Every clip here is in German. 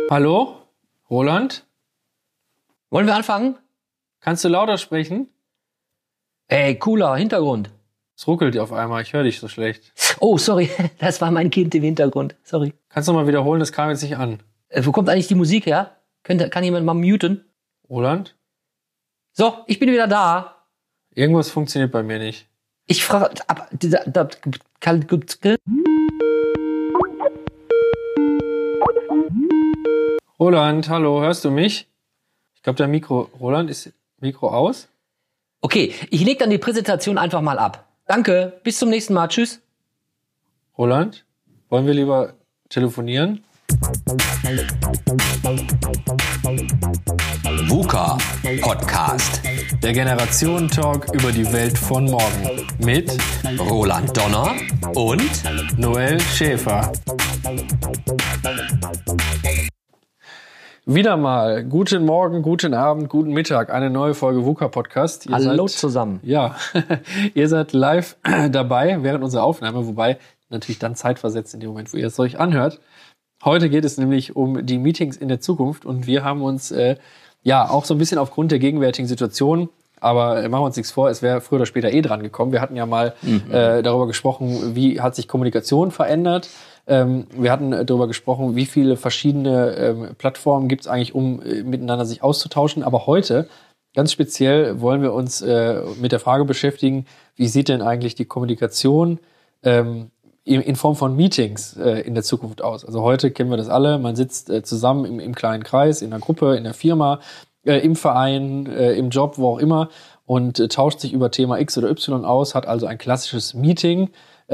Hallo? Roland? Wollen wir anfangen? Kannst du lauter sprechen? Ey, cooler Hintergrund. Es ruckelt auf einmal, ich höre dich so schlecht. Oh, sorry, das war mein Kind im Hintergrund. Sorry. Kannst du mal wiederholen, das kam jetzt nicht an. Wo kommt eigentlich die Musik her? Kann jemand mal muten? Roland? So, ich bin wieder da. Irgendwas funktioniert bei mir nicht. Ich frage... Roland, hallo, hörst du mich? Ich glaube, der Mikro... Roland, ist Mikro aus? Okay, ich leg dann die Präsentation einfach mal ab. Danke, bis zum nächsten Mal. Tschüss. Roland, wollen wir lieber telefonieren? VUCA Podcast. Der Generationen-Talk über die Welt von morgen. Mit Roland Donner und Noel Schäfer. Wieder mal guten Morgen, guten Abend, guten Mittag. Eine neue Folge VUCA Podcast. Hallo zusammen. Ja, ihr seid live dabei während unserer Aufnahme, wobei natürlich dann zeitversetzt in dem Moment, wo ihr es euch anhört. Heute geht es nämlich um die Meetings in der Zukunft und wir haben uns auch so ein bisschen aufgrund der gegenwärtigen Situation, aber machen wir uns nichts vor, es wäre früher oder später dran gekommen. Wir hatten ja mal darüber gesprochen, wie hat sich Kommunikation verändert. Wir hatten darüber gesprochen, wie viele verschiedene Plattformen gibt es eigentlich, um miteinander sich auszutauschen. Aber heute, ganz speziell, wollen wir uns mit der Frage beschäftigen, wie sieht denn eigentlich die Kommunikation in Form von Meetings in der Zukunft aus. Also heute kennen wir das alle, man sitzt zusammen im kleinen Kreis, in einer Gruppe, in der Firma, im Verein, im Job, wo auch immer und tauscht sich über Thema X oder Y aus, hat also ein klassisches Meeting.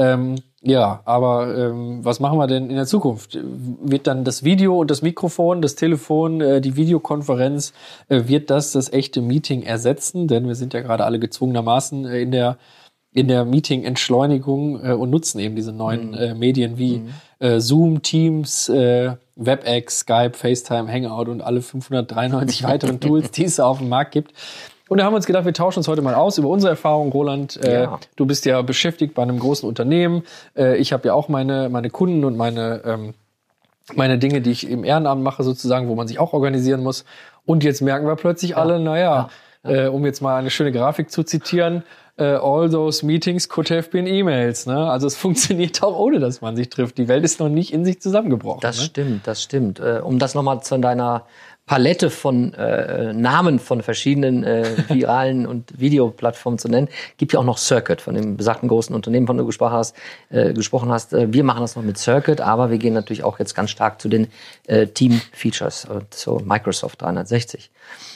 Aber was machen wir denn in der Zukunft? Wird dann das Video und das Mikrofon, das Telefon, die Videokonferenz, wird das echte Meeting ersetzen? Denn wir sind ja gerade alle gezwungenermaßen in der Meeting-Entschleunigung und nutzen eben diese neuen Medien wie Zoom, Teams, WebEx, Skype, FaceTime, Hangout und alle 593 weiteren Tools, die es auf dem Markt gibt. Und da haben wir uns gedacht, wir tauschen uns heute mal aus über unsere Erfahrungen. Roland, du bist ja beschäftigt bei einem großen Unternehmen. Ich habe ja auch meine Kunden und meine Dinge, die ich im Ehrenamt mache sozusagen, wo man sich auch organisieren muss. Und jetzt merken wir plötzlich alle, um jetzt mal eine schöne Grafik zu zitieren, all those meetings could have been emails. Ne? Also es funktioniert auch ohne, dass man sich trifft. Die Welt ist noch nicht in sich zusammengebrochen. Das stimmt. Um das nochmal zu deiner Palette von Namen von verschiedenen viralen und Videoplattformen zu nennen, gibt ja auch noch Circuit, von dem besagten großen Unternehmen, von dem du gesprochen hast. Wir machen das noch mit Circuit, aber wir gehen natürlich auch jetzt ganz stark zu den Team-Features, zu Microsoft 360.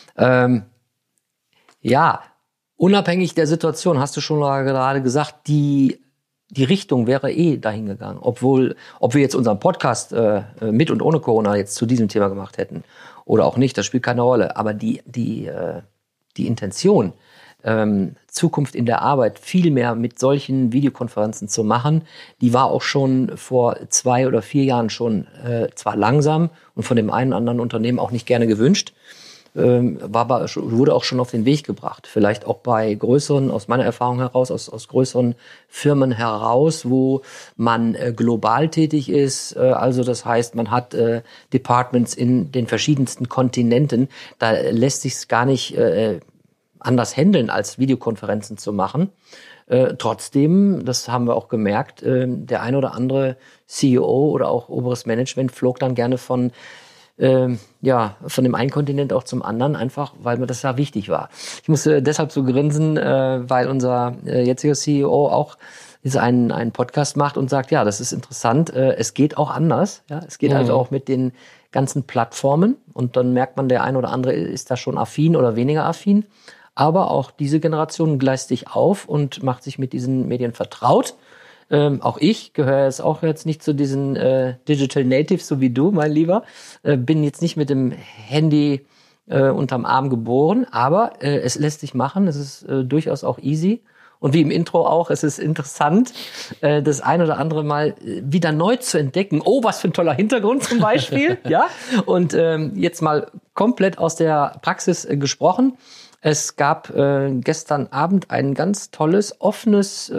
Unabhängig der Situation, hast du schon gerade gesagt, die Richtung wäre dahin gegangen. Ob wir jetzt unseren Podcast mit und ohne Corona jetzt zu diesem Thema gemacht hätten oder auch nicht, das spielt keine Rolle. Aber die Intention, Zukunft in der Arbeit viel mehr mit solchen Videokonferenzen zu machen, die war auch schon vor 2 oder 4 Jahren schon zwar langsam und von dem einen oder anderen Unternehmen auch nicht gerne gewünscht, wurde auch schon auf den Weg gebracht. Vielleicht auch bei größeren, aus meiner Erfahrung heraus, aus größeren Firmen heraus, wo man global tätig ist. Also das heißt, man hat Departments in den verschiedensten Kontinenten. Da lässt sich es gar nicht anders handeln, als Videokonferenzen zu machen. Trotzdem, das haben wir auch gemerkt, der ein oder andere CEO oder auch oberes Management flog dann gerne von dem einen Kontinent auch zum anderen, einfach weil mir das ja wichtig war. Ich musste deshalb so grinsen, weil unser jetziger CEO auch einen Podcast macht und sagt, ja, das ist interessant, es geht auch anders. Ja, es geht also auch mit den ganzen Plattformen und dann merkt man, der ein oder andere ist da schon affin oder weniger affin. Aber auch diese Generation gleist sich auf und macht sich mit diesen Medien vertraut. Auch ich gehöre jetzt nicht zu diesen Digital Natives, so wie du, mein Lieber. Bin jetzt nicht mit dem Handy unterm Arm geboren, aber es lässt sich machen. Es ist durchaus auch easy. Und wie im Intro auch, es ist interessant, das ein oder andere Mal wieder neu zu entdecken. Oh, was für ein toller Hintergrund zum Beispiel. Ja. Und jetzt mal komplett aus der Praxis gesprochen. Es gab gestern Abend ein ganz tolles, offenes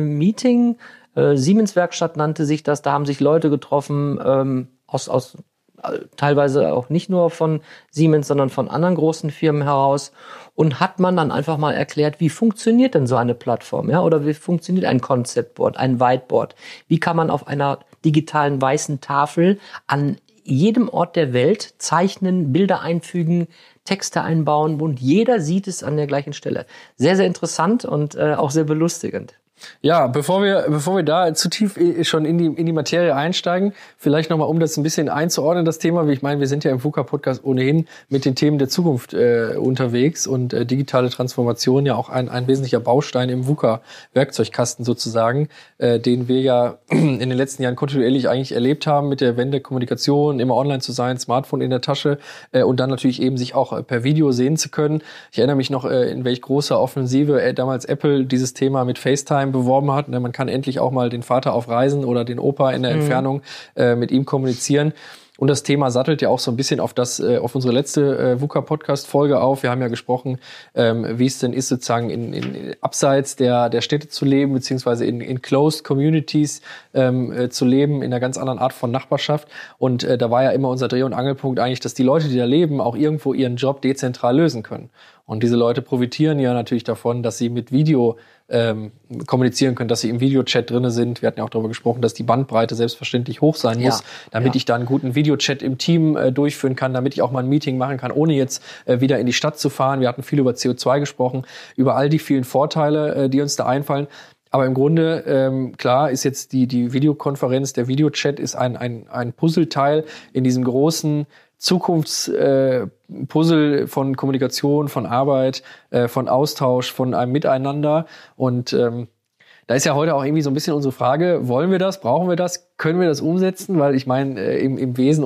Meeting. Siemens Werkstatt nannte sich das. Da haben sich Leute getroffen aus teilweise auch nicht nur von Siemens, sondern von anderen großen Firmen heraus. Und hat man dann einfach mal erklärt, wie funktioniert denn so eine Plattform, ja? Oder wie funktioniert ein Concept Board, ein Whiteboard? Wie kann man auf einer digitalen weißen Tafel an jedem Ort der Welt zeichnen, Bilder einfügen, Texte einbauen und jeder sieht es an der gleichen Stelle. Sehr, sehr interessant und auch sehr belustigend. Ja, bevor wir da zu tief schon in die Materie einsteigen, vielleicht nochmal, um das ein bisschen einzuordnen, das Thema. Wie ich meine, wir sind ja im VUCA-Podcast ohnehin mit den Themen der Zukunft unterwegs und digitale Transformation ja auch ein wesentlicher Baustein im VUCA-Werkzeugkasten sozusagen, den wir ja in den letzten Jahren kontinuierlich eigentlich erlebt haben mit der Wende Kommunikation, immer online zu sein, Smartphone in der Tasche und dann natürlich eben sich auch per Video sehen zu können. Ich erinnere mich noch, in welch großer Offensive damals Apple dieses Thema mit FaceTime beworben hat. Man kann endlich auch mal den Vater auf Reisen oder den Opa in der Entfernung mit ihm kommunizieren. Und das Thema sattelt ja auch so ein bisschen auf unsere letzte VUCA-Podcast-Folge auf. Wir haben ja gesprochen, wie es denn ist, sozusagen in abseits der Städte zu leben, beziehungsweise in closed communities zu leben, in einer ganz anderen Art von Nachbarschaft. Und da war ja immer unser Dreh- und Angelpunkt eigentlich, dass die Leute, die da leben, auch irgendwo ihren Job dezentral lösen können. Und diese Leute profitieren ja natürlich davon, dass sie mit Video kommunizieren können, dass sie im Videochat drinne sind. Wir hatten ja auch darüber gesprochen, dass die Bandbreite selbstverständlich hoch sein muss, damit ich da einen guten Videochat im Team durchführen kann, damit ich auch mal ein Meeting machen kann, ohne jetzt wieder in die Stadt zu fahren. Wir hatten viel über CO2 gesprochen, über all die vielen Vorteile, die uns da einfallen. Aber im Grunde, klar, ist jetzt die Videokonferenz, der Videochat ist ein Puzzleteil in diesem großen Zukunftspuzzle von Kommunikation, von Arbeit, von Austausch, von einem Miteinander. Und da ist ja heute auch irgendwie so ein bisschen unsere Frage, wollen wir das, brauchen wir das, können wir das umsetzen? Weil ich meine, im Wesen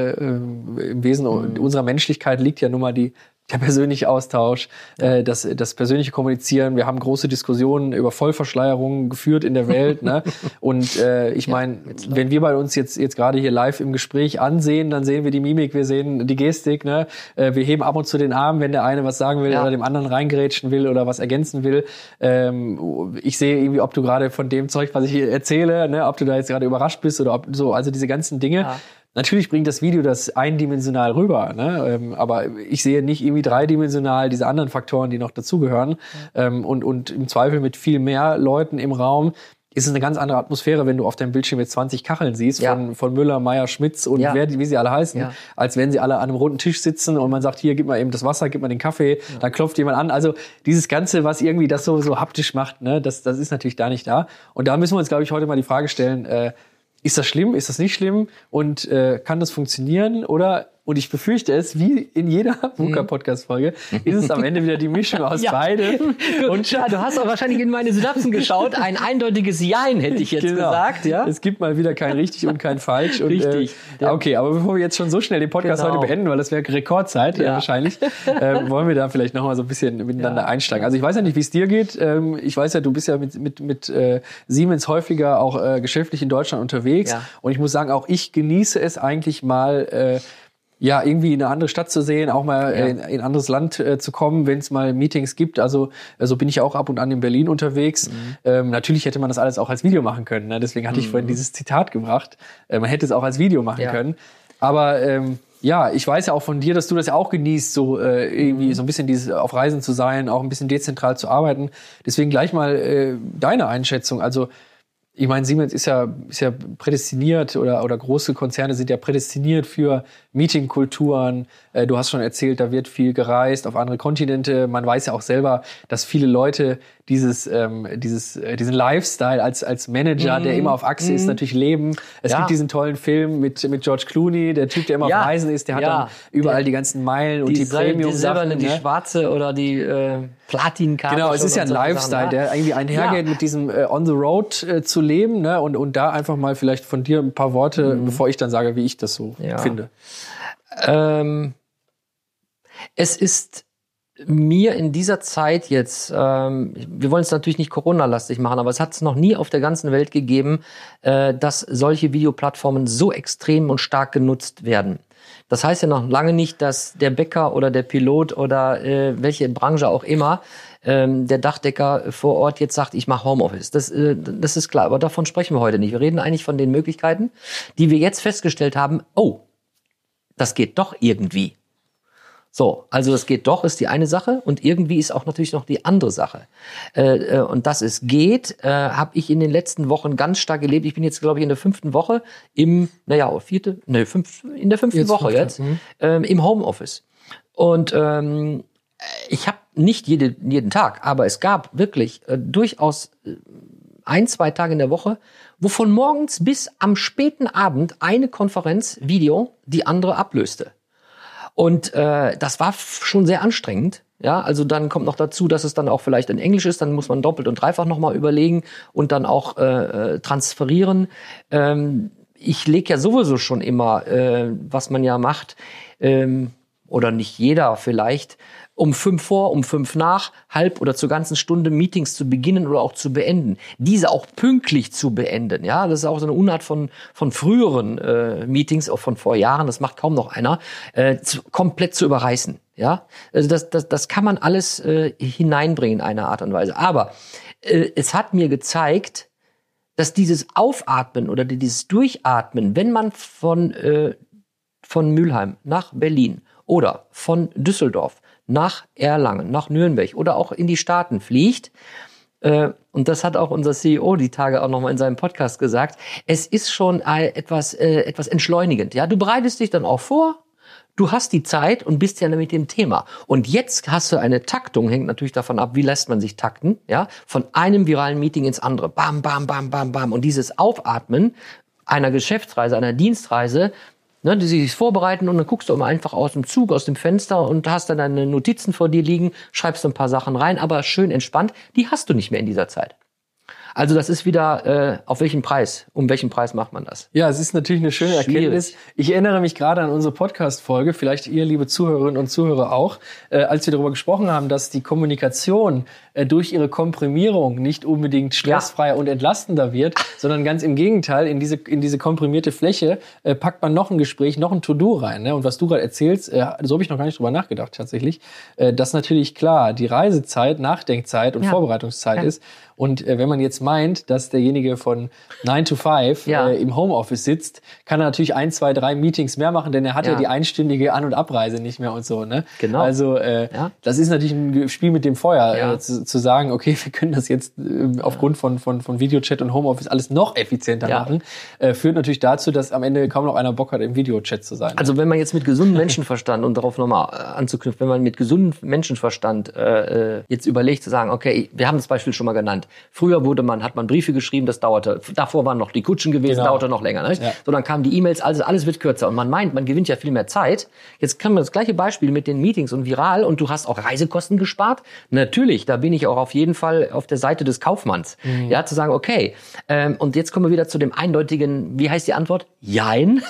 unserer Menschlichkeit liegt ja nun mal der persönliche Austausch, das persönliche Kommunizieren. Wir haben große Diskussionen über Vollverschleierungen geführt in der Welt. Ne? Und ich meine, wenn wir bei uns jetzt gerade hier live im Gespräch ansehen, dann sehen wir die Mimik, wir sehen die Gestik. Ne? Wir heben ab und zu den Arm, wenn der eine was sagen will oder dem anderen reingerätschen will oder was ergänzen will. Ich sehe irgendwie, ob du gerade von dem Zeug, was ich hier erzähle, ne, ob du da jetzt gerade überrascht bist oder ob so, also diese ganzen Dinge. Ja. Natürlich bringt das Video das eindimensional rüber, ne? Aber ich sehe nicht irgendwie dreidimensional diese anderen Faktoren, die noch dazugehören. Und im Zweifel mit viel mehr Leuten im Raum ist es eine ganz andere Atmosphäre, wenn du auf deinem Bildschirm jetzt 20 Kacheln siehst von Müller, Meyer, Schmitz und wie sie alle heißen, als wenn sie alle an einem runden Tisch sitzen und man sagt, hier, gib mal eben das Wasser, gib mal den Kaffee, dann klopft jemand an. Also dieses Ganze, was irgendwie das so haptisch macht, ne, das ist natürlich da nicht da. Und da müssen wir uns, glaube ich, heute mal die Frage stellen, ist das schlimm? Ist das nicht schlimm? Und kann das funktionieren? Und ich befürchte es, wie in jeder VUCA-Podcast-Folge, ist es am Ende wieder die Mischung aus beidem. Und du hast auch wahrscheinlich in meine Synapsen geschaut. Ein eindeutiges Jein, hätte ich jetzt gesagt. Ja? Es gibt mal wieder kein richtig und kein falsch. Und, richtig. Okay, aber bevor wir jetzt schon so schnell den Podcast heute beenden, weil das wäre Rekordzeit wahrscheinlich, wollen wir da vielleicht noch mal so ein bisschen miteinander einsteigen. Also ich weiß ja nicht, wie es dir geht. Ich weiß ja, du bist ja mit Siemens häufiger auch geschäftlich in Deutschland unterwegs. Ja. Und ich muss sagen, auch ich genieße es eigentlich mal, irgendwie in eine andere Stadt zu sehen, auch mal in ein anderes Land zu kommen, wenn es mal Meetings gibt. Also bin ich auch ab und an in Berlin unterwegs. Natürlich hätte man das alles auch als Video machen können. Ne? Deswegen hatte ich vorhin dieses Zitat gebracht. Man hätte es auch als Video machen können. Aber ich weiß ja auch von dir, dass du das ja auch genießt, so irgendwie so ein bisschen dieses auf Reisen zu sein, auch ein bisschen dezentral zu arbeiten. Deswegen gleich mal deine Einschätzung. Also ich meine, Siemens ist ja prädestiniert oder große Konzerne sind ja prädestiniert für Meetingkulturen. Du hast schon erzählt, da wird viel gereist auf andere Kontinente. Man weiß ja auch selber, dass viele Leute diesen Lifestyle als Manager, der immer auf Achse ist, natürlich leben. Es gibt diesen tollen Film mit George Clooney, der Typ, der immer auf Reisen ist, der hat dann überall die ganzen Meilen und die Premium-Sachen. Die silberne, die schwarze oder die Platinkarte. Genau, es ist ja ein Lifestyle, der irgendwie einhergeht mit diesem on the road zu leben, ne? Und da einfach mal vielleicht von dir ein paar Worte, bevor ich dann sage, wie ich das so finde. Es ist mir in dieser Zeit jetzt, wir wollen es natürlich nicht Corona-lastig machen, aber es hat es noch nie auf der ganzen Welt gegeben, dass solche Videoplattformen so extrem und stark genutzt werden. Das heißt ja noch lange nicht, dass der Bäcker oder der Pilot oder welche Branche auch immer, der Dachdecker vor Ort jetzt sagt, ich mache Homeoffice. Das ist klar, aber davon sprechen wir heute nicht. Wir reden eigentlich von den Möglichkeiten, die wir jetzt festgestellt haben, das geht doch irgendwie. So, also das geht doch, ist die eine Sache und irgendwie ist auch natürlich noch die andere Sache. Und dass es geht, habe ich in den letzten Wochen ganz stark erlebt. Ich bin jetzt, glaube ich, in der 5. Woche in der 5. Woche jetzt, im Homeoffice. Und ich habe nicht jeden Tag, aber es gab wirklich durchaus 1-2 Tage in der Woche, wo von morgens bis am späten Abend eine Konferenz, Video, die andere ablöste. Und das war schon sehr anstrengend. Ja, also dann kommt noch dazu, dass es dann auch vielleicht in Englisch ist. Dann muss man doppelt und dreifach nochmal überlegen und dann auch transferieren. Ich lege ja sowieso schon immer, was man ja macht, oder nicht jeder vielleicht, um 5 vor, um 5 nach, halb oder zur ganzen Stunde Meetings zu beginnen oder auch zu beenden. Diese auch pünktlich zu beenden. Ja, das ist auch so eine Unart von früheren Meetings, auch von vor Jahren, das macht kaum noch einer, komplett zu überreißen. Ja, also das kann man alles hineinbringen in einer Art und Weise. Aber es hat mir gezeigt, dass dieses Aufatmen oder dieses Durchatmen, wenn man von Mülheim nach Berlin oder von Düsseldorf nach Erlangen, nach Nürnberg oder auch in die Staaten fliegt, und das hat auch unser CEO die Tage auch nochmal in seinem Podcast gesagt, es ist schon etwas entschleunigend. Ja, du bereitest dich dann auch vor, du hast die Zeit und bist ja mit dem Thema. Und jetzt hast du eine Taktung, hängt natürlich davon ab, wie lässt man sich takten, ja, von einem viralen Meeting ins andere. Bam, bam, bam, bam, bam. Und dieses Aufatmen einer Geschäftsreise, einer Dienstreise, ne, die sich vorbereiten und dann guckst du immer einfach aus dem Zug, aus dem Fenster und hast dann deine Notizen vor dir liegen, schreibst ein paar Sachen rein, aber schön entspannt, die hast du nicht mehr in dieser Zeit. Also das ist wieder, um welchen Preis macht man das? Ja, es ist natürlich eine schöne Erkenntnis. Ich erinnere mich gerade an unsere Podcast-Folge, vielleicht ihr, liebe Zuhörerinnen und Zuhörer auch, als wir darüber gesprochen haben, dass die Kommunikation durch ihre Komprimierung nicht unbedingt stressfreier und entlastender wird, sondern ganz im Gegenteil, in diese komprimierte Fläche packt man noch ein Gespräch, noch ein To-Do rein. Ne? Und was du gerade erzählst, so habe ich noch gar nicht drüber nachgedacht tatsächlich, dass natürlich klar die Reisezeit, Nachdenkzeit und Vorbereitungszeit ist. Und wenn man jetzt meint, dass derjenige von 9 to 5 im Homeoffice sitzt, kann er natürlich 1, 2, 3 Meetings mehr machen, denn er hat ja die einstündige An- und Abreise nicht mehr und so. Ne? Genau. Also das ist natürlich ein Spiel mit dem Feuer, zu sagen, okay, wir können das jetzt aufgrund von Videochat und Homeoffice alles noch effizienter machen, führt natürlich dazu, dass am Ende kaum noch einer Bock hat, im Videochat zu sein. Also wenn man jetzt mit gesundem Menschenverstand, und darauf nochmal anzuknüpfen, wenn man mit gesundem Menschenverstand jetzt überlegt zu sagen, okay, wir haben das Beispiel schon mal genannt. Früher hat man Briefe geschrieben, das dauerte, davor waren noch die Kutschen gewesen, dauerte noch länger. Ne? Ja. So, dann kamen die E-Mails, also alles wird kürzer. Und man meint, man gewinnt ja viel mehr Zeit. Jetzt kann man das gleiche Beispiel mit den Meetings und viral und du hast auch Reisekosten gespart. Natürlich, da bin ich auch auf jeden Fall auf der Seite des Kaufmanns. Ja, zu sagen, okay, und jetzt kommen wir wieder zu dem eindeutigen, wie heißt die Antwort? Jein.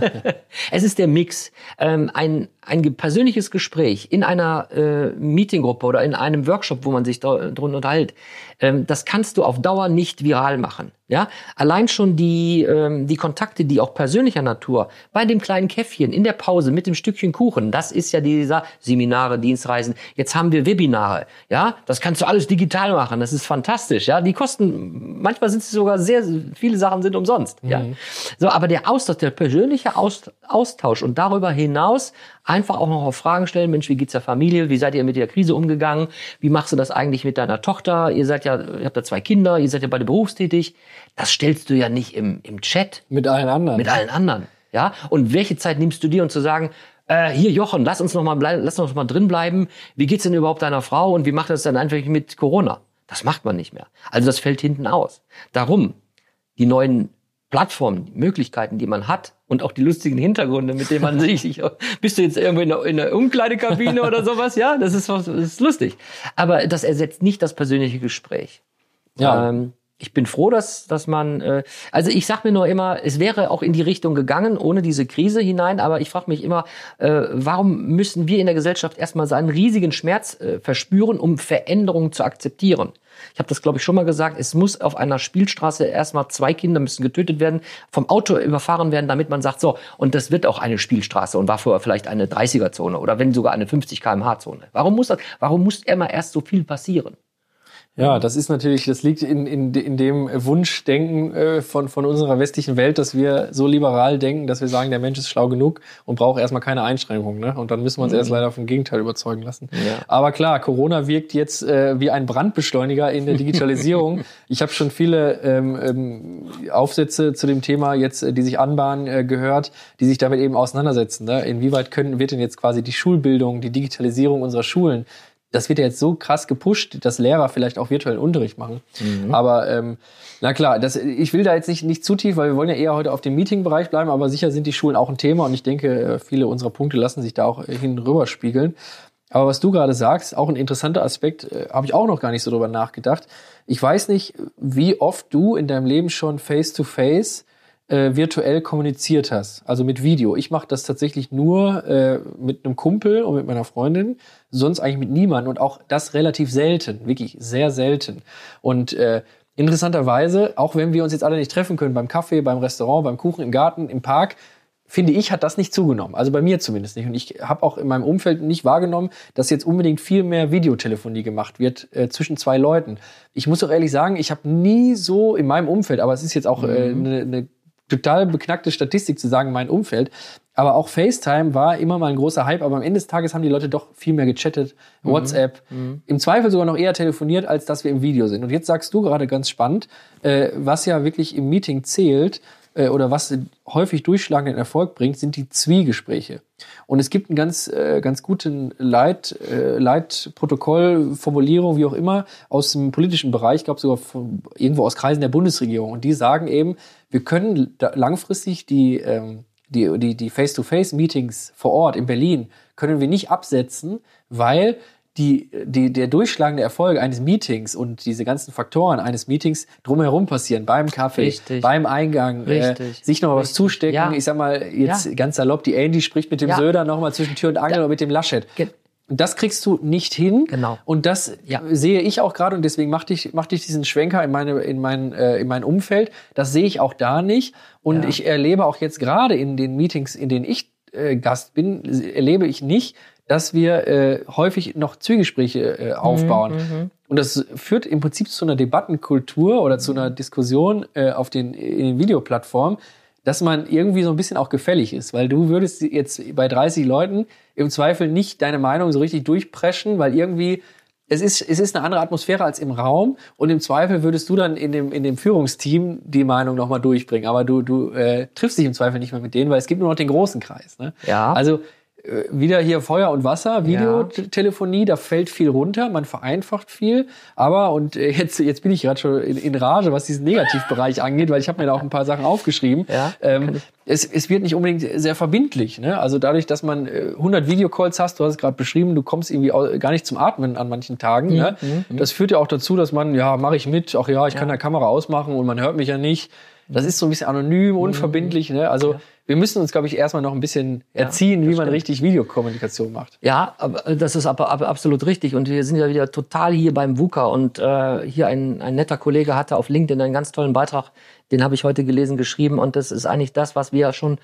Es ist der Mix. Ein persönliches Gespräch in einer Meetinggruppe oder in einem Workshop, wo man sich drunter unterhält, das kannst du auf Dauer nicht viral machen. Ja, allein schon die Kontakte, die auch persönlicher Natur bei dem kleinen Käffchen in der Pause mit dem Stückchen Kuchen, das ist ja dieser Seminare, Dienstreisen. Jetzt haben wir Webinare. Ja, das kannst du alles digital machen. Das ist fantastisch. Ja, die kosten, manchmal sind es sogar sehr viele Sachen sind umsonst. Ja, so, aber der Austausch, der persönliche Austausch und darüber hinaus einfach auch noch auf Fragen stellen. Mensch, wie geht's der Familie? Wie seid ihr mit der Krise umgegangen? Wie machst du das eigentlich mit deiner Tochter? Ihr habt ja 2 Kinder, ihr seid ja beide berufstätig. Das stellst du ja nicht im Chat. Mit allen anderen. Ja? Und welche Zeit nimmst du dir, um zu sagen, hier Jochen, lass uns noch mal drin bleiben. Wie geht's denn überhaupt deiner Frau? Und wie macht das dann einfach mit Corona? Das macht man nicht mehr. Also das fällt hinten aus. Darum, die neuen Plattformen, die Möglichkeiten, die man hat und auch die lustigen Hintergründe, mit denen man sich, bist du jetzt irgendwo in der Umkleidekabine oder sowas? Ja, das ist lustig. Aber das ersetzt nicht das persönliche Gespräch. Ja. Ich bin froh, dass man, also ich sag mir nur immer, es wäre auch in die Richtung gegangen, ohne diese Krise hinein, aber ich frage mich immer, warum müssen wir in der Gesellschaft erstmal so einen riesigen Schmerz verspüren, um Veränderungen zu akzeptieren? Ich habe das, glaube ich, schon mal gesagt, es muss auf einer Spielstraße erstmal 2 Kinder müssen getötet werden, vom Auto überfahren werden, damit man sagt, so, und das wird auch eine Spielstraße und war vorher vielleicht eine 30er-Zone oder wenn sogar eine 50 km/h-Zone. Warum muss immer erst so viel passieren? Ja, das liegt in dem Wunschdenken von unserer westlichen Welt, dass wir so liberal denken, dass wir sagen, der Mensch ist schlau genug und braucht erstmal keine Einschränkungen. Ne? Und dann müssen wir uns erst leider vom Gegenteil überzeugen lassen. Ja. Aber klar, Corona wirkt jetzt wie ein Brandbeschleuniger in der Digitalisierung. Ich habe schon viele Aufsätze zu dem Thema jetzt, die sich anbahnen, gehört, die sich damit eben auseinandersetzen. Ne? Inwieweit wird denn jetzt quasi die Schulbildung, die Digitalisierung unserer Schulen, das wird ja jetzt so krass gepusht, dass Lehrer vielleicht auch virtuellen Unterricht machen. Aber na klar, ich will da jetzt nicht zu tief, weil wir wollen ja eher heute auf dem Meeting-Bereich bleiben, aber sicher sind die Schulen auch ein Thema und ich denke, viele unserer Punkte lassen sich da auch hin rüberspiegeln. Aber was du gerade sagst, auch ein interessanter Aspekt, habe ich auch noch gar nicht so drüber nachgedacht. Ich weiß nicht, wie oft du in deinem Leben schon face-to-face virtuell kommuniziert hast, also mit Video. Ich mache das tatsächlich nur mit einem Kumpel und mit meiner Freundin, sonst eigentlich mit niemandem und auch das relativ selten, wirklich sehr selten. Und interessanterweise, auch wenn wir uns jetzt alle nicht treffen können, beim Kaffee, beim Restaurant, beim Kuchen, im Garten, im Park, finde ich, hat das nicht zugenommen. Also bei mir zumindest nicht. Und ich habe auch in meinem Umfeld nicht wahrgenommen, dass jetzt unbedingt viel mehr Videotelefonie gemacht wird zwischen zwei Leuten. Ich muss auch ehrlich sagen, ich habe nie so in meinem Umfeld, aber es ist jetzt auch eine total beknackte Statistik zu sagen, mein Umfeld. Aber auch FaceTime war immer mal ein großer Hype, aber am Ende des Tages haben die Leute doch viel mehr gechattet, WhatsApp, im Zweifel sogar noch eher telefoniert, als dass wir im Video sind. Und jetzt sagst du gerade ganz spannend, was ja wirklich im Meeting zählt, oder was häufig durchschlagenden Erfolg bringt, sind die Zwiegespräche. Und es gibt einen ganz guten Leitprotokollformulierung, wie auch immer, aus dem politischen Bereich, ich glaube sogar irgendwo aus Kreisen der Bundesregierung. Und die sagen eben, wir können langfristig die Face-to-Face-Meetings vor Ort in Berlin können wir nicht absetzen, weil der durchschlagende Erfolg eines Meetings und diese ganzen Faktoren eines Meetings drumherum passieren, beim Kaffee, beim Eingang, sich noch mal was zustecken. Ja. Ich sag mal, jetzt ganz salopp, die Andy spricht mit dem Söder noch mal zwischen Tür und Angel oder mit dem Laschet. Und das kriegst du nicht hin. Genau. Und das sehe ich auch gerade und deswegen machte ich diesen Schwenker in mein Umfeld. Das sehe ich auch da nicht. Und ich erlebe auch jetzt gerade in den Meetings, in denen ich Gast bin, erlebe ich nicht, dass wir häufig noch Zwiegespräche aufbauen. Und das führt im Prinzip zu einer Debattenkultur oder zu einer Diskussion in den Videoplattformen, dass man irgendwie so ein bisschen auch gefällig ist. Weil du würdest jetzt bei 30 Leuten im Zweifel nicht deine Meinung so richtig durchpreschen, weil irgendwie es ist eine andere Atmosphäre als im Raum und im Zweifel würdest du dann in dem Führungsteam die Meinung nochmal durchbringen. Aber du triffst dich im Zweifel nicht mehr mit denen, weil es gibt nur noch den großen Kreis. Ne? Ja. Also wieder hier Feuer und Wasser, Videotelefonie, da fällt viel runter, man vereinfacht viel, aber und jetzt bin ich gerade schon in Rage, was diesen Negativbereich angeht, weil ich habe mir da auch ein paar Sachen aufgeschrieben. Es wird nicht unbedingt sehr verbindlich, ne? Also dadurch, dass man 100 Videocalls hast, du hast es gerade beschrieben, du kommst irgendwie gar nicht zum Atmen an manchen Tagen, ne? Das führt ja auch dazu, dass man, mache ich mit, ach ja, ich kann da Kamera ausmachen und man hört mich ja nicht. Das ist so ein bisschen anonym, unverbindlich, ne? Also wir müssen uns, glaube ich, erstmal noch ein bisschen erziehen, wie man richtig Videokommunikation macht. Ja, aber das ist aber absolut richtig. Und wir sind ja wieder total hier beim VUCA. Und hier ein netter Kollege hatte auf LinkedIn einen ganz tollen Beitrag, den habe ich heute gelesen, geschrieben. Und das ist eigentlich das, was wir schon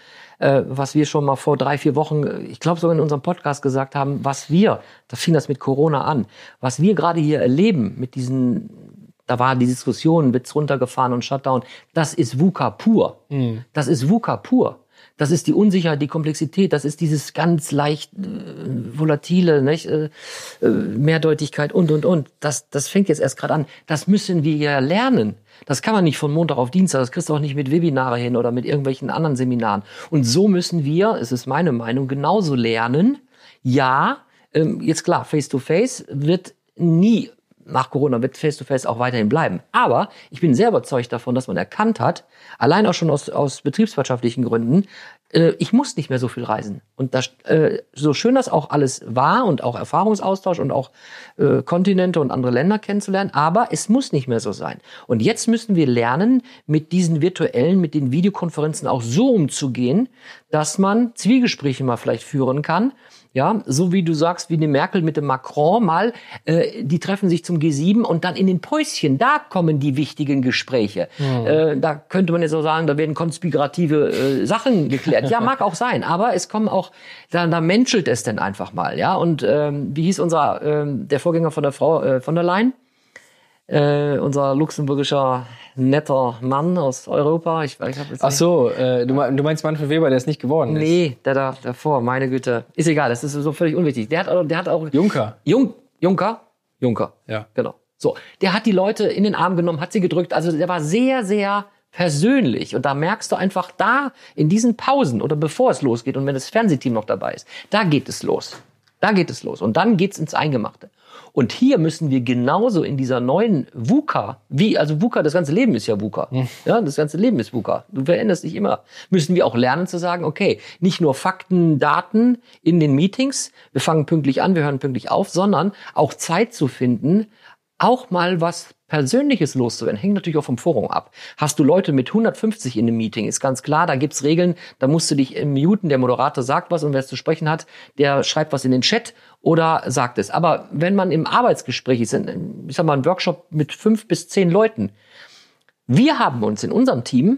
mal vor 3-4 Wochen, ich glaube sogar in unserem Podcast gesagt haben, da fing das mit Corona an, was wir gerade hier erleben mit diesen, da war die Diskussion, wird's runtergefahren und Shutdown, das ist VUCA pur. Das ist VUCA pur. Das ist die Unsicherheit, die Komplexität, das ist dieses ganz leicht volatile, nicht? Mehrdeutigkeit und. Das fängt jetzt erst gerade an. Das müssen wir ja lernen. Das kann man nicht von Montag auf Dienstag, das kriegst du auch nicht mit Webinare hin oder mit irgendwelchen anderen Seminaren. Und so müssen wir, es ist meine Meinung, genauso lernen. Ja, jetzt klar, Face-to-Face wird nie, nach Corona wird Face-to-Face auch weiterhin bleiben. Aber ich bin sehr überzeugt davon, dass man erkannt hat, allein auch schon aus betriebswirtschaftlichen Gründen, ich muss nicht mehr so viel reisen. Und das, so schön das auch alles war und auch Erfahrungsaustausch und auch Kontinente und andere Länder kennenzulernen, aber es muss nicht mehr so sein. Und jetzt müssen wir lernen, mit diesen mit den Videokonferenzen auch so umzugehen, dass man Zwiegespräche mal vielleicht führen kann. Ja, so wie du sagst, wie eine Merkel mit dem Macron mal, die treffen sich zum G7 und dann in den Päuschen, da kommen die wichtigen Gespräche. Da könnte man jetzt auch sagen, da werden konspirative Sachen geklärt. Ja, mag auch sein, aber es kommen auch, da menschelt es denn einfach mal, ja. Und wie hieß der Vorgänger von der Frau von der Leyen? unser luxemburgischer netter Mann aus Europa. Ich hab jetzt Ach so, du meinst Manfred Weber, der es nicht geworden ist? Nee, der da davor, meine Güte. Ist egal, das ist so völlig unwichtig. Der hat auch Juncker. Juncker? Ja. Genau. So, der hat die Leute in den Arm genommen, hat sie gedrückt. Also der war sehr, sehr persönlich. Und da merkst du einfach, da in diesen Pausen oder bevor es losgeht und wenn das Fernsehteam noch dabei ist, da geht es los. Und dann geht's ins Eingemachte. Und hier müssen wir genauso in dieser neuen VUCA, VUCA, das ganze Leben ist ja VUCA. Ja, das ganze Leben ist VUCA. Du veränderst dich immer. Müssen wir auch lernen zu sagen, okay, nicht nur Fakten, Daten in den Meetings, wir fangen pünktlich an, wir hören pünktlich auf, sondern auch Zeit zu finden, auch mal was Persönliches loszuwerden. Hängt natürlich auch vom Forum ab. Hast du Leute mit 150 in einem Meeting, ist ganz klar, da gibt's Regeln, da musst du dich muten, der Moderator sagt was und wer es zu sprechen hat, der schreibt was in den Chat oder sagt es. Aber wenn man im Arbeitsgespräch ist, ich sag mal, ein Workshop mit 5 bis 10 Leuten, wir haben uns in unserem Team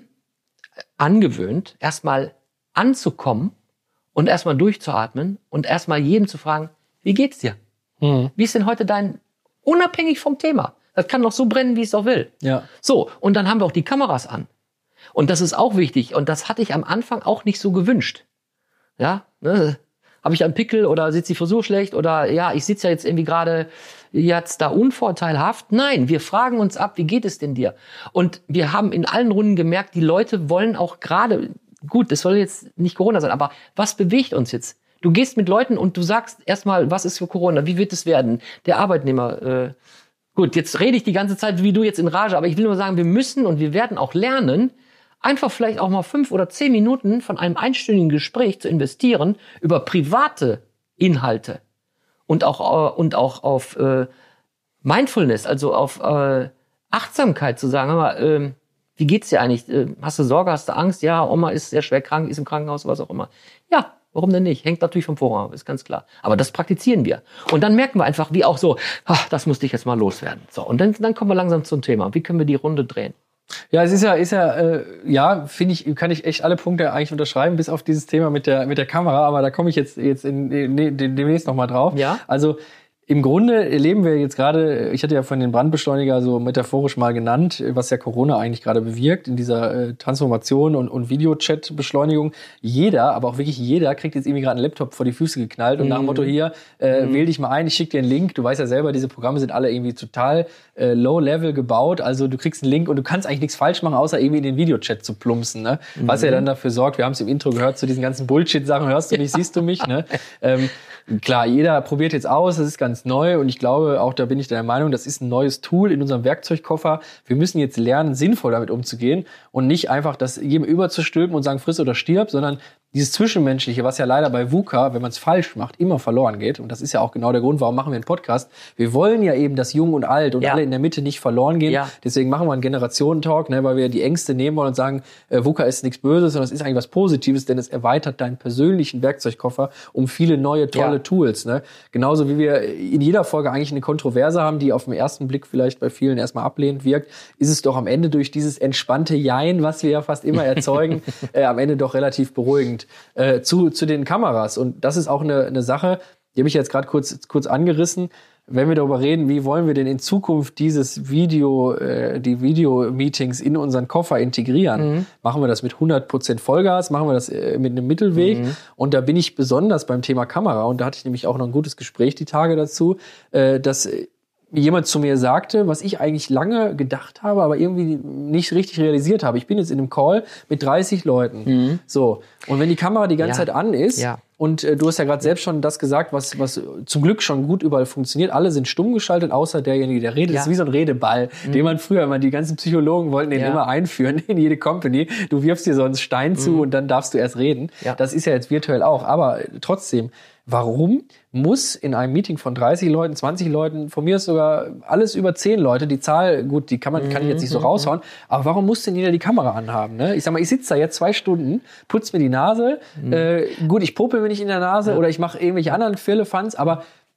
angewöhnt, erstmal anzukommen und erstmal durchzuatmen und erstmal jedem zu fragen, wie geht's dir? Wie ist denn heute unabhängig vom Thema. Das kann doch so brennen, wie es auch will. Ja. So, und dann haben wir auch die Kameras an. Und das ist auch wichtig. Und das hatte ich am Anfang auch nicht so gewünscht. Ja, ne? Habe ich einen Pickel oder sitzt die Frisur schlecht oder ja, ich sitze ja jetzt irgendwie gerade jetzt da unvorteilhaft. Nein, wir fragen uns ab, wie geht es denn dir? Und wir haben in allen Runden gemerkt, die Leute wollen auch gerade, gut, das soll jetzt nicht Corona sein, aber was bewegt uns jetzt? Du gehst mit Leuten und du sagst erstmal, was ist für Corona, wie wird es werden? Der Arbeitnehmer, gut, jetzt rede ich die ganze Zeit wie du jetzt in Rage, aber ich will nur sagen, wir müssen und wir werden auch lernen, einfach vielleicht auch mal 5 oder 10 Minuten von einem einstündigen Gespräch zu investieren über private Inhalte und auch auf Mindfulness, also auf Achtsamkeit zu sagen, hör mal, wie geht's dir eigentlich? Hast du Sorge, hast du Angst? Ja, Oma ist sehr schwer krank, ist im Krankenhaus, was auch immer. Ja, warum denn nicht? Hängt natürlich vom Forum ab, ist ganz klar. Aber das praktizieren wir. Und dann merken wir einfach, wie auch so, das musste ich jetzt mal loswerden. So, und dann kommen wir langsam zum Thema. Wie können wir die Runde drehen? Ja, es ist ja, finde ich, kann ich echt alle Punkte eigentlich unterschreiben, bis auf dieses Thema mit der Kamera. Aber da komme ich jetzt demnächst noch mal drauf. Ja. Also, im Grunde erleben wir jetzt gerade, ich hatte ja von den Brandbeschleuniger so metaphorisch mal genannt, was ja Corona eigentlich gerade bewirkt in dieser Transformation und Videochat-Beschleunigung. Jeder, aber auch wirklich jeder, kriegt jetzt irgendwie gerade einen Laptop vor die Füße geknallt und nach dem Motto hier, wähl dich mal ein, ich schicke dir einen Link. Du weißt ja selber, diese Programme sind alle irgendwie total low-level gebaut. Also du kriegst einen Link und du kannst eigentlich nichts falsch machen, außer irgendwie in den Videochat zu plumpsen. Ne? Was ja dann dafür sorgt, wir haben es im Intro gehört, zu diesen ganzen Bullshit-Sachen, hörst du mich, siehst du mich. Ne? Klar, jeder probiert jetzt aus, das ist ganz neu und ich glaube, auch da bin ich der Meinung, das ist ein neues Tool in unserem Werkzeugkoffer. Wir müssen jetzt lernen, sinnvoll damit umzugehen und nicht einfach das jedem überzustülpen und sagen, friss oder stirb, sondern dieses Zwischenmenschliche, was ja leider bei VUCA, wenn man es falsch macht, immer verloren geht. Und das ist ja auch genau der Grund, warum machen wir einen Podcast. Wir wollen ja eben, dass Jung und Alt und alle in der Mitte nicht verloren gehen. Ja. Deswegen machen wir einen Generationentalk, ne, weil wir die Ängste nehmen wollen und sagen, VUCA ist nichts Böses, sondern es ist eigentlich was Positives, denn es erweitert deinen persönlichen Werkzeugkoffer um viele neue, tolle Tools. Ne? Genauso wie wir in jeder Folge eigentlich eine Kontroverse haben, die auf den ersten Blick vielleicht bei vielen erstmal ablehnend wirkt, ist es doch am Ende durch dieses entspannte Jein, was wir ja fast immer erzeugen, am Ende doch relativ beruhigend. Zu den Kameras. Und das ist auch eine Sache, die habe ich jetzt gerade kurz angerissen. Wenn wir darüber reden, wie wollen wir denn in Zukunft die Video-Meetings in unseren Koffer integrieren? Machen wir das mit 100% Vollgas? Machen wir das mit einem Mittelweg? Und da bin ich besonders beim Thema Kamera. Und da hatte ich nämlich auch noch ein gutes Gespräch die Tage dazu, dass jemand zu mir sagte, was ich eigentlich lange gedacht habe, aber irgendwie nicht richtig realisiert habe. Ich bin jetzt in einem Call mit 30 Leuten. So. Und wenn die Kamera die ganze Zeit an ist, und du hast ja gerade selbst schon das gesagt, was zum Glück schon gut überall funktioniert. Alle sind stumm geschaltet, außer derjenige, der redet. Das ist wie so ein Redeball, den man früher, die ganzen Psychologen wollten den immer einführen in jede Company. Du wirfst dir so einen Stein zu und dann darfst du erst reden. Ja. Das ist ja jetzt virtuell auch. Aber trotzdem, warum muss in einem Meeting von 30 Leuten, 20 Leuten, von mir ist sogar alles über 10 Leute, die Zahl, gut, die kann ich jetzt nicht so raushauen, aber warum muss denn jeder die Kamera anhaben? Ne? Ich sag mal, ich sitze da jetzt 2 Stunden, putze mir die Nase, gut, ich popel mir nicht in der Nase oder ich mache irgendwelche anderen Firlefanz, aber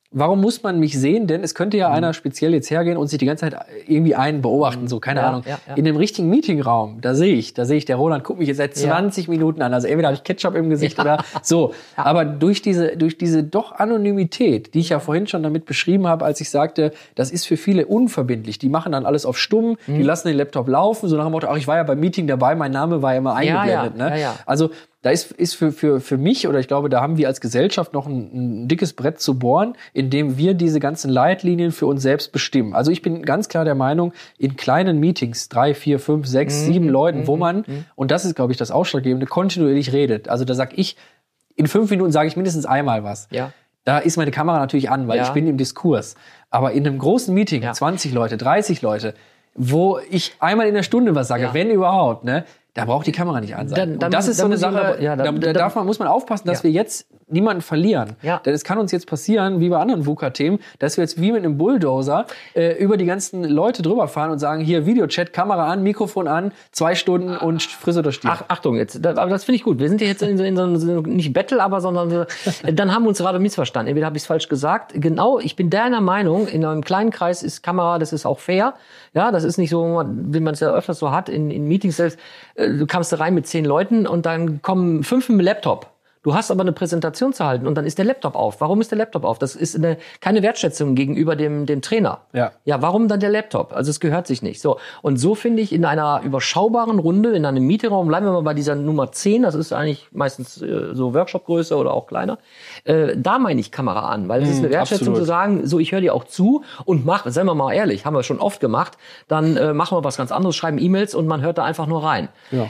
warum muss man mich sehen? Denn es könnte ja einer speziell jetzt hergehen und sich die ganze Zeit irgendwie einen beobachten, so, keine Ahnung. Ja. In dem richtigen Meetingraum, da sehe ich, der Roland guckt mich jetzt seit 20 Minuten an. Also entweder habe ich Ketchup im Gesicht oder so. Ja. Aber durch diese doch Anonymität, die ich ja vorhin schon damit beschrieben habe, als ich sagte, das ist für viele unverbindlich. Die machen dann alles auf stumm, die lassen den Laptop laufen, so nach dem Motto, ach, ich war ja beim Meeting dabei, mein Name war ja immer eingeblendet. Ne? Ja. Also da ist für mich, oder ich glaube, da haben wir als Gesellschaft noch ein dickes Brett zu bohren, indem wir diese ganzen Leitlinien für uns selbst bestimmen. Also ich bin ganz klar der Meinung, in kleinen Meetings, 3, 4, 5, 6, 7 Leuten, wo man, und das ist, glaube ich, das Ausschlaggebende, kontinuierlich redet. Also da sag ich, in 5 Minuten sage ich mindestens einmal was. Ja. Da ist meine Kamera natürlich an, weil ich bin im Diskurs. Aber in einem großen Meeting, 20 Leute, 30 Leute, wo ich einmal in der Stunde was sage, wenn überhaupt, ne, da braucht die Kamera nicht an sein. Und das ist so eine Sache, muss man aufpassen, dass wir jetzt niemanden verlieren. Ja. Denn es kann uns jetzt passieren, wie bei anderen VUCA-Themen, dass wir jetzt wie mit einem Bulldozer über die ganzen Leute drüber fahren und sagen, hier Videochat, Kamera an, Mikrofon an, 2 Stunden und friss oder stirb. Achtung, jetzt, aber das finde ich gut. Wir sind ja jetzt in so nicht Battle, aber sondern dann haben wir uns gerade missverstanden. Entweder habe ich es falsch gesagt. Genau, ich bin deiner Meinung, in einem kleinen Kreis ist Kamera, das ist auch fair. Ja, das ist nicht so, wie man es ja öfters so hat in Meetings selbst. Du kamst da rein mit 10 Leuten und dann kommen 5 mit dem Laptop. Du hast aber eine Präsentation zu halten und dann ist der Laptop auf. Warum ist der Laptop auf? Das ist keine Wertschätzung gegenüber dem Trainer. Ja, warum dann der Laptop? Also es gehört sich nicht. So. Und so finde ich in einer überschaubaren Runde, in einem Meetingraum, bleiben wir mal bei dieser Nummer 10, das ist eigentlich meistens so Workshop-Größe oder auch kleiner, da meine ich Kamera an, weil es ist eine Wertschätzung zu sagen, so ich höre dir auch zu und seien wir mal ehrlich, haben wir schon oft gemacht, dann machen wir was ganz anderes, schreiben E-Mails und man hört da einfach nur rein. Ja.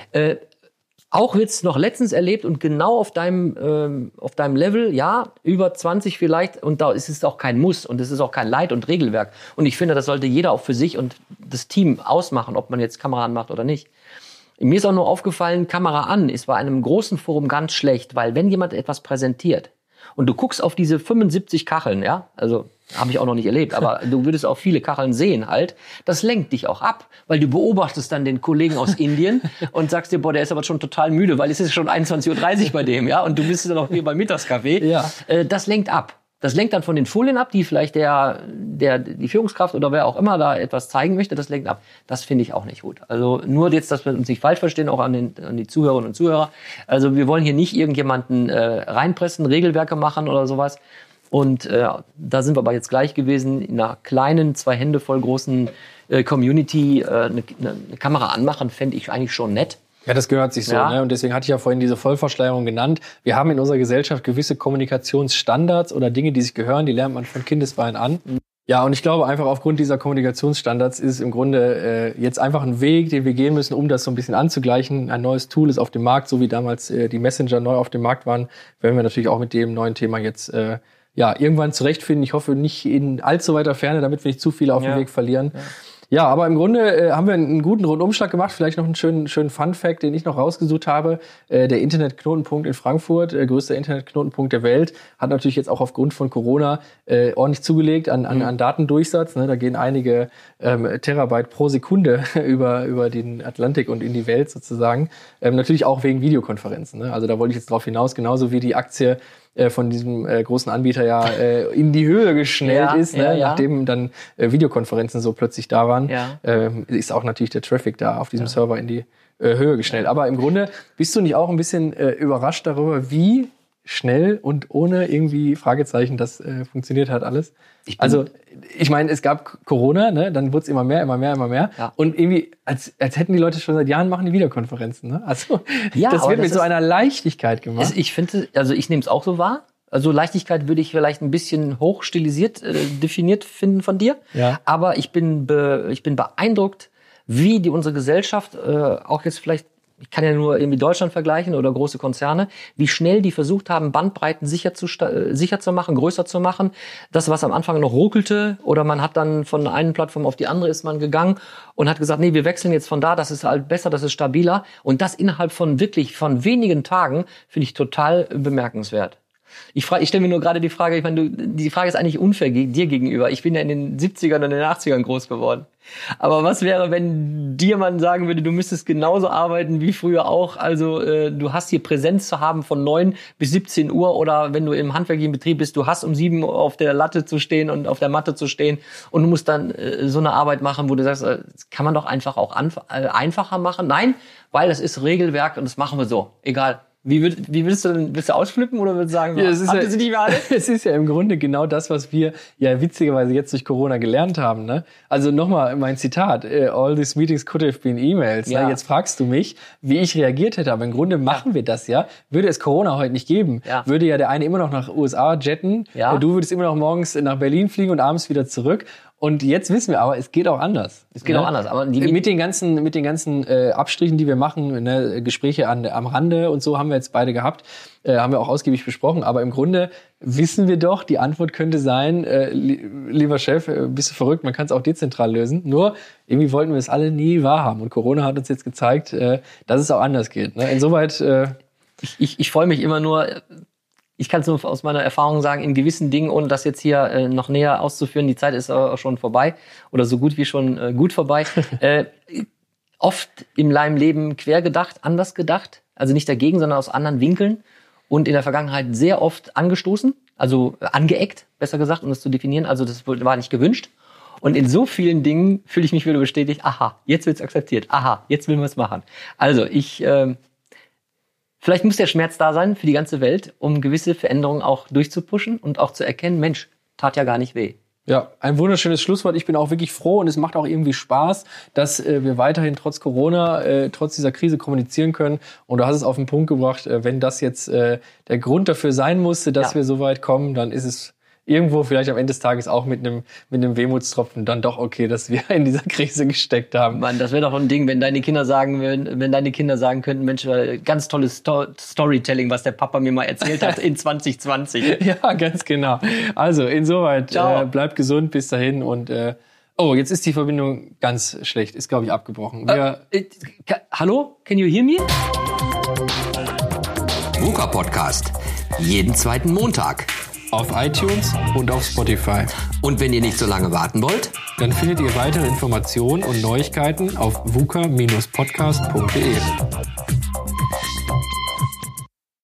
Auch jetzt noch letztens erlebt und genau auf deinem Level, ja, über 20 vielleicht, und da ist es auch kein Muss und es ist auch kein Leit- und Regelwerk. Und ich finde, das sollte jeder auch für sich und das Team ausmachen, ob man jetzt Kamera anmacht oder nicht. Mir ist auch nur aufgefallen, Kamera an ist bei einem großen Forum ganz schlecht, weil wenn jemand etwas präsentiert und du guckst auf diese 75 Kacheln, ja, also habe ich auch noch nicht erlebt, aber du würdest auch viele Kacheln sehen halt. Das lenkt dich auch ab, weil du beobachtest dann den Kollegen aus Indien und sagst dir, boah, der ist aber schon total müde, weil es ist schon 21:30 Uhr bei dem, ja, und du bist ja noch hier beim Mittagskaffee. Ja. Das lenkt ab. Das lenkt dann von den Folien ab, die vielleicht die Führungskraft oder wer auch immer da etwas zeigen möchte, das lenkt ab. Das finde ich auch nicht gut. Also nur jetzt, dass wir uns nicht falsch verstehen, auch an die Zuhörerinnen und Zuhörer. Also wir wollen hier nicht irgendjemanden reinpressen, Regelwerke machen oder sowas. Und da sind wir aber jetzt gleich gewesen, in einer kleinen, 2 Hände voll großen Community eine Kamera anmachen, fände ich eigentlich schon nett. Ja, das gehört sich so. Ne? Und deswegen hatte ich ja vorhin diese Vollverschleierung genannt. Wir haben in unserer Gesellschaft gewisse Kommunikationsstandards oder Dinge, die sich gehören, die lernt man von Kindesbeinen an. Ja, und ich glaube einfach aufgrund dieser Kommunikationsstandards ist es im Grunde jetzt einfach ein Weg, den wir gehen müssen, um das so ein bisschen anzugleichen. Ein neues Tool ist auf dem Markt, so wie damals die Messenger neu auf dem Markt waren, werden wir natürlich auch mit dem neuen Thema jetzt irgendwann zurechtfinden. Ich hoffe nicht in allzu weiter Ferne, damit wir nicht zu viele auf dem Weg verlieren. Ja, aber im Grunde haben wir einen guten Rundumschlag gemacht. Vielleicht noch einen schönen Fun-Fact, den ich noch rausgesucht habe. Der Internetknotenpunkt in Frankfurt, größter Internetknotenpunkt der Welt, hat natürlich jetzt auch aufgrund von Corona ordentlich zugelegt an Datendurchsatz. Ne? Da gehen einige Terabyte pro Sekunde über den Atlantik und in die Welt sozusagen. Natürlich auch wegen Videokonferenzen. Ne? Also da wollte ich jetzt drauf hinaus, genauso wie die Aktie von diesem großen Anbieter in die Höhe geschnellt ist, ne? Nachdem dann Videokonferenzen so plötzlich da waren, ist auch natürlich der Traffic da auf diesem Server in die Höhe geschnellt. Aber im Grunde bist du nicht auch ein bisschen überrascht darüber, wie schnell und ohne irgendwie Fragezeichen das funktioniert hat alles? Ich meine, es gab Corona, ne? Dann wurde es immer mehr. Ja. Und irgendwie, als hätten die Leute schon seit Jahren machen die Videokonferenzen. Ne? Also das wird mit so einer Leichtigkeit gemacht. Ich finde, also ich nehme es auch so wahr. Also Leichtigkeit würde ich vielleicht ein bisschen hochstilisiert definiert finden von dir. Ja. Aber ich bin beeindruckt, wie unsere Gesellschaft auch jetzt vielleicht, ich kann ja nur irgendwie Deutschland vergleichen oder große Konzerne, wie schnell die versucht haben, Bandbreiten sicher zu machen, größer zu machen. Das, was am Anfang noch ruckelte, oder man hat dann von einer Plattform auf die andere ist man gegangen und hat gesagt, nee, wir wechseln jetzt von da, das ist halt besser, das ist stabiler. Und das innerhalb von wenigen Tagen finde ich total bemerkenswert. Ich stelle mir nur gerade die Frage, ich meine, die Frage ist eigentlich unfair dir gegenüber. Ich bin ja in den 70ern und in den 80ern groß geworden. Aber was wäre, wenn dir man sagen würde, du müsstest genauso arbeiten wie früher auch? Also du hast hier Präsenz zu haben von 9 bis 17 Uhr oder wenn du im handwerklichen Betrieb bist, du hast um 7 Uhr auf der Latte zu stehen und auf der Matte zu stehen und du musst dann so eine Arbeit machen, wo du sagst, das kann man doch einfach auch einfacher machen. Nein, weil das ist Regelwerk und das machen wir so, egal. Wie willst du denn, willst du ausflippen oder willst du sagen, habt sie nicht mehr alle? Es ist ja im Grunde genau das, was wir ja witzigerweise jetzt durch Corona gelernt haben, ne? Also nochmal mein Zitat, all these meetings could have been emails. Ja. Ne? Jetzt fragst du mich, wie ich reagiert hätte, aber im Grunde machen wir das ja. Würde es Corona heute nicht geben, würde ja der eine immer noch nach USA jetten, du würdest immer noch morgens nach Berlin fliegen und abends wieder zurück. Und jetzt wissen wir aber, es geht auch anders. Es geht auch anders. Aber mit den ganzen Abstrichen, die wir machen, ne, Gespräche am Rande und so haben wir jetzt beide gehabt, haben wir auch ausgiebig besprochen. Aber im Grunde wissen wir doch, die Antwort könnte sein, lieber Chef, bist du verrückt, man kann es auch dezentral lösen. Nur irgendwie wollten wir es alle nie wahrhaben. Und Corona hat uns jetzt gezeigt, dass es auch anders geht. Ne? Insoweit... Ich freue mich immer nur... Ich kann es nur aus meiner Erfahrung sagen, in gewissen Dingen, ohne das jetzt hier noch näher auszuführen, die Zeit ist schon vorbei oder so gut wie schon gut vorbei. Oft in meinem Leben quer gedacht, anders gedacht, also nicht dagegen, sondern aus anderen Winkeln und in der Vergangenheit sehr oft angestoßen, also angeeckt, besser gesagt, um das zu definieren. Also das war nicht gewünscht. Und in so vielen Dingen fühle ich mich wieder bestätigt, aha, jetzt wird's akzeptiert, aha, jetzt will man es machen. Also vielleicht muss der Schmerz da sein für die ganze Welt, um gewisse Veränderungen auch durchzupushen und auch zu erkennen, Mensch, tat ja gar nicht weh. Ja, ein wunderschönes Schlusswort. Ich bin auch wirklich froh und es macht auch irgendwie Spaß, dass wir weiterhin trotz Corona, trotz dieser Krise kommunizieren können. Und du hast es auf den Punkt gebracht, wenn das jetzt der Grund dafür sein musste, dass wir so weit kommen, dann ist es irgendwo vielleicht am Ende des Tages auch mit einem Wehmutstropfen dann doch okay, dass wir in dieser Krise gesteckt haben. Mann, das wäre doch ein Ding, wenn deine Kinder sagen könnten, Mensch, ganz tolles Storytelling, was der Papa mir mal erzählt hat in 2020. Ja, ganz genau. Also insoweit, bleibt gesund bis dahin und jetzt ist die Verbindung ganz schlecht, ist glaube ich abgebrochen. Hallo, can you hear me? VUCA Podcast. Jeden zweiten Montag. Auf iTunes und auf Spotify. Und wenn ihr nicht so lange warten wollt, dann findet ihr weitere Informationen und Neuigkeiten auf vuca-podcast.de.